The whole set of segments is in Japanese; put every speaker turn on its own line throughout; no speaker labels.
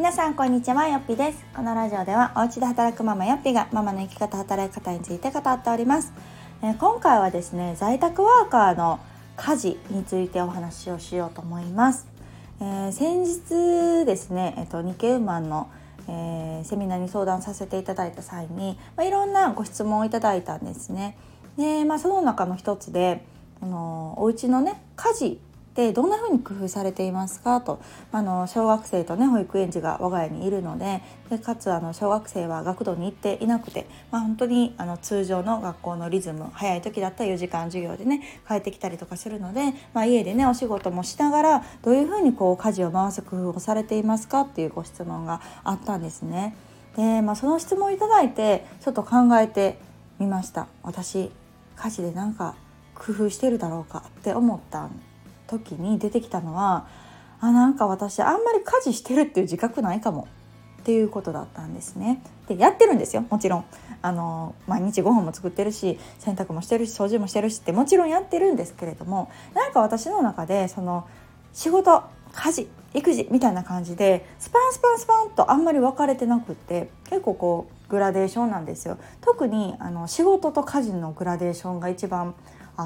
皆さんこんにちは、よっぴです。このラジオではお家で働くママよっぴがママの生き方、働き方について語っております。今回はですね、在宅ワーカーの家事についてお話をしようと思います。先日ですね、日経ウーマンの、セミナーに相談させていただいた際に、いろんなご質問をいただいたんですね。で、その中の一つでお家のね家事でどんな風に工夫されていますかと、小学生とね保育園児が我が家にいるので、かつ小学生は学童に行っていなくて、本当に通常の学校のリズム、早い時だったら4時間授業でね帰ってきたりとかするので、家でねお仕事もしながらどういう風に家事を回す工夫をされていますかっていうご質問があったんですね。で、その質問をいただいてちょっと考えてみました。私家事でなんか工夫してるだろうかって思った時に出てきたのは、なんか私あんまり家事してるっていう自覚ないかもっていうことだったんですね。で、やってるんですよ、もちろん。毎日ご飯も作ってるし、洗濯もしてるし、掃除もしてるしってもちろんやってるんですけれども、なんか私の中でその仕事、家事、育児みたいな感じでスパンスパンスパンとあんまり分かれてなくって、結構グラデーションなんですよ。特に仕事と家事のグラデーションが一番あって、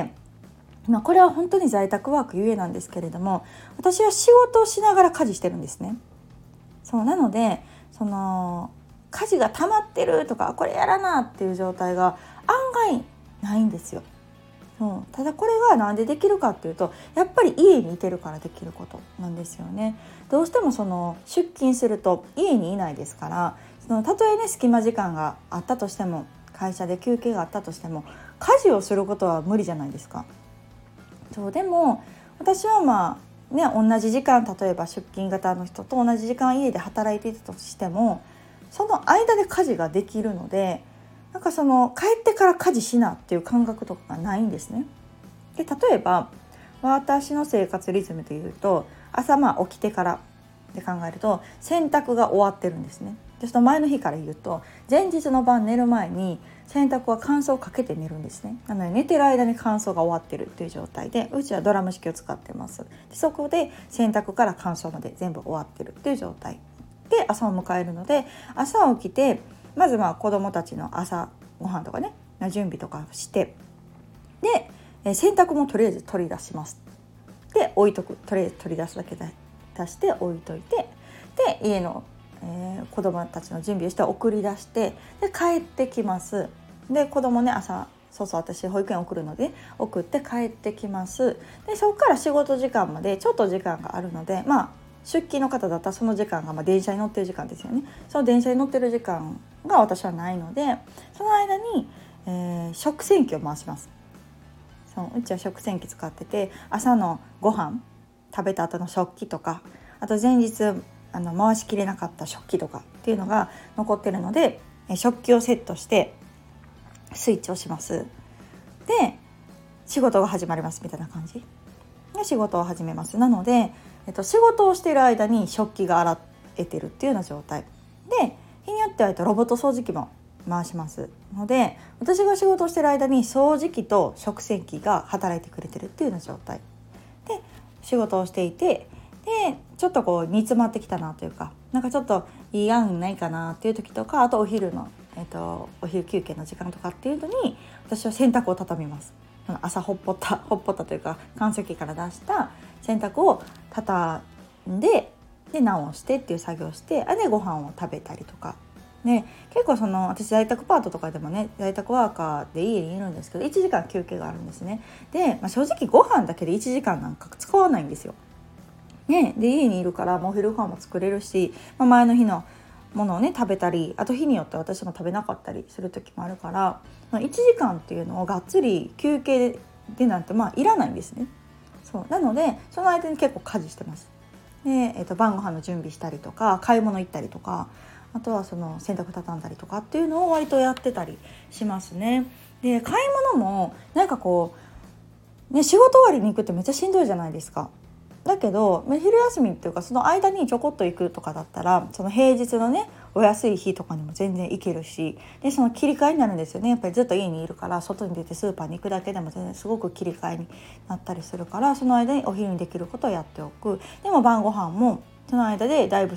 これは本当に在宅ワークゆえなんですけれども、私は仕事をしながら家事してるんですね。そうなので、その家事が溜まってるとかこれやらなっていう状態が案外ないんですよ。ただこれがなんでできるかっていうと、やっぱり家にいてるからできることなんですよね。どうしても出勤すると家にいないですから、たとえね隙間時間があったとしても、会社で休憩があったとしても家事をすることは無理じゃないですか。でも私は同じ時間、例えば出勤型の人と同じ時間家で働いていたとしても、その間で家事ができるので、なんか帰ってから家事しなっていう感覚とかがないんですね。で、例えば私の生活リズムでいうと、朝起きてからで考えると洗濯が終わってるんですね。で、その前の日から言うと、前日の晩寝る前に洗濯は乾燥をかけて寝るんですね。なので寝てる間に乾燥が終わってるという状態で、うちはドラム式を使ってます。で、そこで洗濯から乾燥まで全部終わってるという状態で朝を迎えるので、朝起きてまず子どもたちの朝ご飯とかね準備とかして、で洗濯もとりあえず取り出します。で、置いとく、とりあえず取り出すだけで出して置いといて、で家の子供たちの準備をして送り出して、で帰ってきます。で、子供ね朝私保育園送るので送って帰ってきます。で、そこから仕事時間までちょっと時間があるので、出勤の方だったらその時間が電車に乗ってる時間ですよね。その電車に乗ってる時間が私はないので、その間に、食洗機を回します。うちは食洗機使ってて、朝のご飯食べた後の食器とか、あと前日回しきれなかった食器とかっていうのが残ってるので、食器をセットしてスイッチをします。で、仕事が始まりますみたいな感じで仕事を始めます。なので、仕事をしている間に食器が洗えてるっていうような状態で、日によってはロボット掃除機も回しますので、私が仕事をしている間に掃除機と食洗機が働いてくれてるっていうような状態で仕事をしていて、でちょっと煮詰まってきたなというか、なんかちょっといい案ないかなっていう時とか、あとお昼の、お昼休憩の時間とかっていうのに私は洗濯を畳みます。朝ほっぽったというか、乾燥機から出した洗濯を畳んで、直してっていう作業をして、でご飯を食べたりとかね。結構私在宅パートとかでもね、在宅ワーカーで家にいるんですけど、1時間休憩があるんですね。で、正直ご飯だけで1時間なんか使わないんですよ。で家にいるからお昼ご飯も作れるし、前の日のものをね食べたり、あと日によって私も食べなかったりする時もあるから、1時間っていうのをがっつり休憩でなんていらないんですね。なのでその間に結構家事してます。で、晩ご飯の準備したりとか、買い物行ったりとか、あとは洗濯畳んだりとかっていうのを割とやってたりしますね。で、買い物もなんか仕事終わりに行くってめっちゃしんどいじゃないですか。だけど昼休みっていうか、その間にちょこっと行くとかだったら、その平日のねお安い日とかにも全然行けるし、でその切り替えになるんですよね。やっぱりずっと家にいるから、外に出てスーパーに行くだけでも全然すごく切り替えになったりするから、その間にお昼にできることをやっておく。でも晩ご飯もその間でだいぶ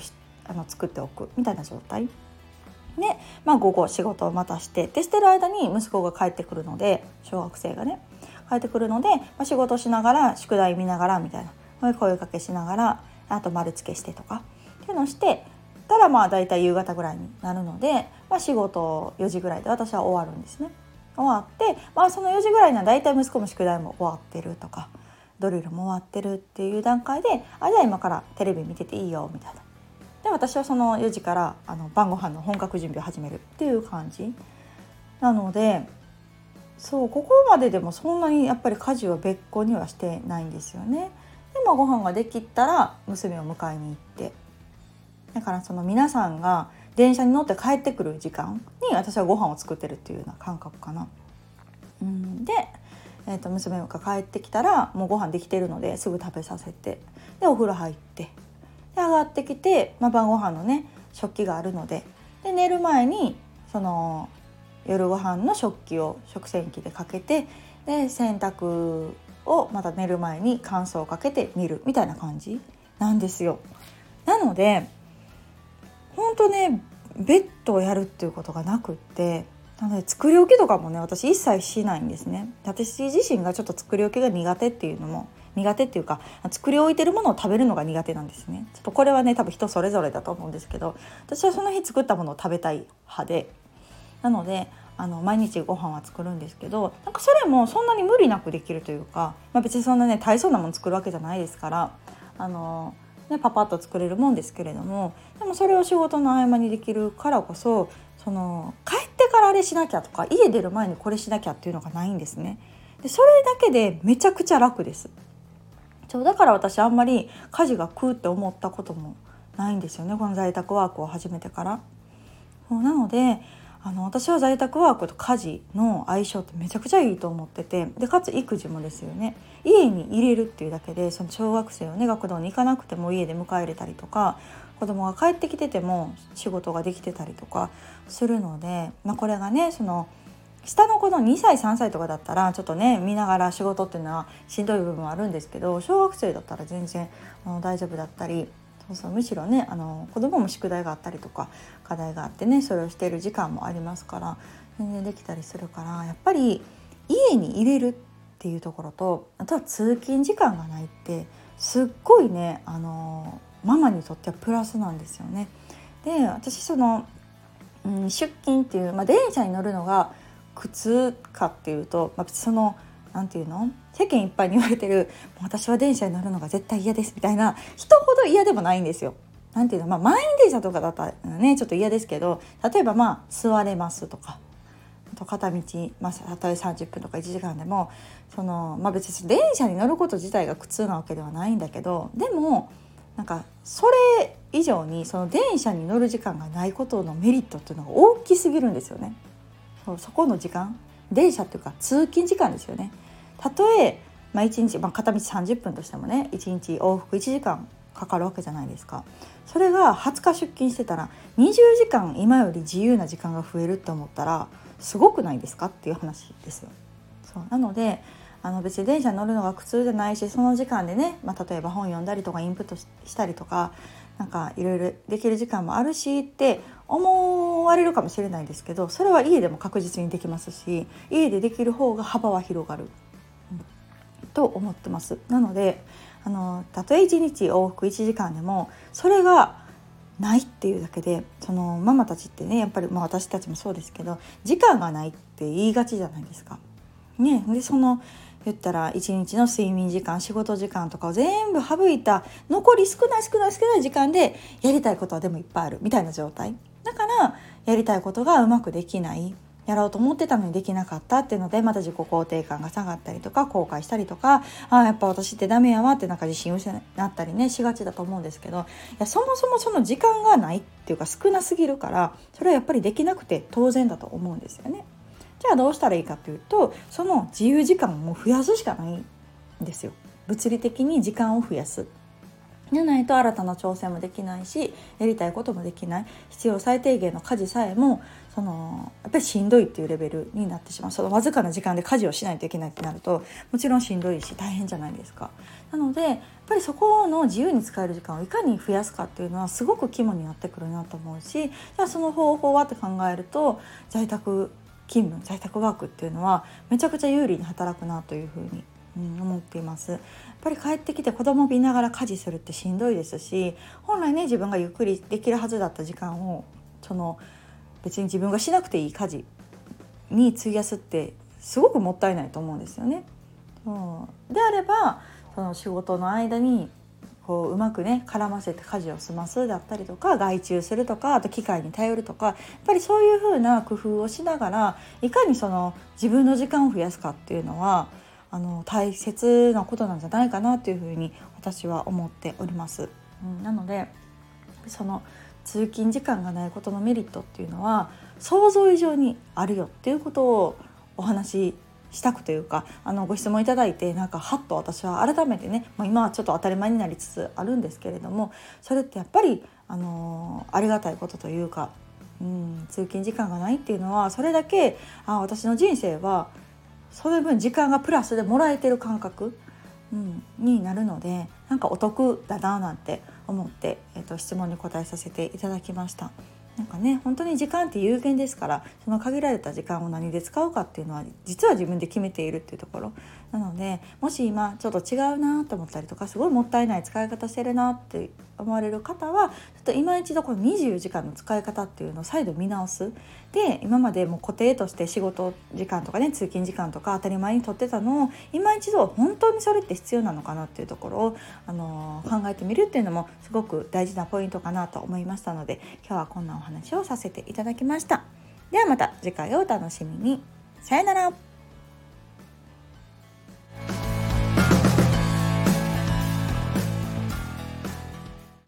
作っておくみたいな状態で、午後仕事をまたしてしてる間に息子が帰ってくるので、小学生がね帰ってくるので、仕事しながら宿題見ながらみたいな声かけしながら、あと丸付けしてとかっていうのをしてたら、だいたい夕方ぐらいになるので、仕事4時ぐらいで私は終わるんですね。終わって、その4時ぐらいにはだいたい息子も宿題も終わってるとかドリルも終わってるっていう段階で、じゃあ今からテレビ見てていいよみたいな。で私はその4時から晩ご飯の本格準備を始めるっていう感じなので、ここまででもそんなにやっぱり家事は別個にはしてないんですよね。でご飯ができたら娘を迎えに行って、だからその皆さんが電車に乗って帰ってくる時間に私はご飯を作ってるっていうような感覚かな。で、娘が帰ってきたらもうご飯できてるのですぐ食べさせて、でお風呂入って、で上がってきて、晩ご飯のね食器があるので、寝る前にその夜ご飯の食器を食洗機でかけて、で洗濯をまた寝る前に乾燥をかけて見るみたいな感じなんですよ。なので本当ねベッドをやるっていうことがなくって、なので作り置きとかもね私一切しないんですね。私自身がちょっと作り置きが苦手っていうのも苦手っていうか、作り置いてるものを食べるのが苦手なんですね。ちょっとこれはね多分人それぞれだと思うんですけど、私はその日作ったものを食べたい派で、なので毎日ご飯は作るんですけど、それもそんなに無理なくできるというか、別にそんなね大層なもの作るわけじゃないですからパパッと作れるもんですけれども、でもそれを仕事の合間にできるからこそ、帰ってからあれしなきゃとか家出る前にこれしなきゃっていうのがないんですね。でそれだけでめちゃくちゃ楽です。だから私あんまり家事が食うって思ったこともないんですよね、この在宅ワークを始めてから。なので私は在宅ワークと家事の相性ってめちゃくちゃいいと思ってて、でかつ育児もですよね。家に入れるっていうだけで、その小学生をね学童に行かなくても家で迎え入れたりとか、子供が帰ってきてても仕事ができてたりとかするので、これがね下の子の2歳3歳とかだったらちょっとね見ながら仕事っていうのはしんどい部分もあるんですけど、小学生だったら全然大丈夫だったり、むしろね子供も宿題があったりとか課題があってね、それをしている時間もありますから全然できたりするから、やっぱり家に入れるっていうところと、あとは通勤時間がないってすっごいねママにとってはプラスなんですよね。で私出勤っていう、電車に乗るのが苦痛かっていうと、なんていうの、世間一般に言われてる私は電車に乗るのが絶対嫌ですみたいな人ほど嫌でもないんですよ。なんていうの、満員電車とかだったらねちょっと嫌ですけど、例えば座れますとか、あと片道、たとえ30分とか1時間でも別に電車に乗ること自体が苦痛なわけではないんだけど、でもそれ以上にその電車に乗る時間がないことのメリットっていうのが大きすぎるんですよね。そこの時間、電車っていうか通勤時間ですよね。たとえ1日、片道30分としてもね1日往復1時間かかるわけじゃないですか。それが20日出勤してたら20時間今より自由な時間が増えるって思ったらすごくないですかっていう話ですよ。なので別に電車に乗るのが苦痛じゃないし、その時間でね、例えば本読んだりとかインプットしたりとかいろいろできる時間もあるしって思われるかもしれないですけど、それは家でも確実にできますし、家でできる方が幅は広がる、と思ってます。なのでたとえ1日往復1時間でもそれがないっていうだけで、ママたちってねやっぱり私たちもそうですけど時間がないって言いがちじゃないですか。ね、で言ったら1日の睡眠時間、仕事時間とかを全部省いた残り少ない時間でやりたいことはでもいっぱいあるみたいな状態だから、やりたいことがうまくできない、やろうと思ってたのにできなかったっていうのでまた自己肯定感が下がったりとか後悔したりとか、やっぱ私ってダメやわって自信失ったりねしがちだと思うんですけど、そもそもその時間がないっていうか少なすぎるから、それはやっぱりできなくて当然だと思うんですよね。じゃあどうしたらいいかというと、その自由時間を増やすしかないんですよ。物理的に時間を増やす。 じゃないと新たな挑戦もできないし、やりたいこともできない、必要最低限の家事さえもやっぱりしんどいっていうレベルになってしまう。そのわずかな時間で家事をしないといけないってなるともちろんしんどいし大変じゃないですか。なのでやっぱりそこの自由に使える時間をいかに増やすかっていうのはすごく肝になってくるなと思うし、じゃあその方法はって考えると在宅勤務、在宅ワークっていうのはめちゃくちゃ有利に働くなというふうに思っています。やっぱり帰ってきて子供を見ながら家事するってしんどいですし、本来ね自分がゆっくりできるはずだった時間を別に自分がしなくていい家事に費やすってすごくもったいないと思うんですよね。であればその仕事の間にうまくね絡ませて家事を済ますだったりとか、外注するとか、あと機械に頼るとか、やっぱりそういう風な工夫をしながらいかに自分の時間を増やすかっていうのは大切なことなんじゃないかなというふうに私は思っております。なので通勤時間がないことのメリットっていうのは想像以上にあるよっていうことをお話ししたくというか、ご質問いただいてハッと私は改めてね、今はちょっと当たり前になりつつあるんですけれども、それってやっぱり、ありがたいことというか、通勤時間がないっていうのはそれだけ私の人生はその分時間がプラスでもらえてる感覚、になるのでお得だななんて思って、質問に答えさせていただきました。本当に時間って有限ですから、その限られた時間を何で使うかっていうのは実は自分で決めているっていうところなので、もし今ちょっと違うなと思ったりとか、すごいもったいない使い方してるなって思われる方はちょっと今一度この24時間の使い方っていうのを再度見直す。で今までもう固定として仕事時間とかね、通勤時間とか当たり前にとってたのを今一度本当にそれって必要なのかなっていうところを、考えてみるっていうのもすごく大事なポイントかなと思いましたので、今日はこんなお話をさせていただきました。ではまた次回をお楽しみに。さよなら。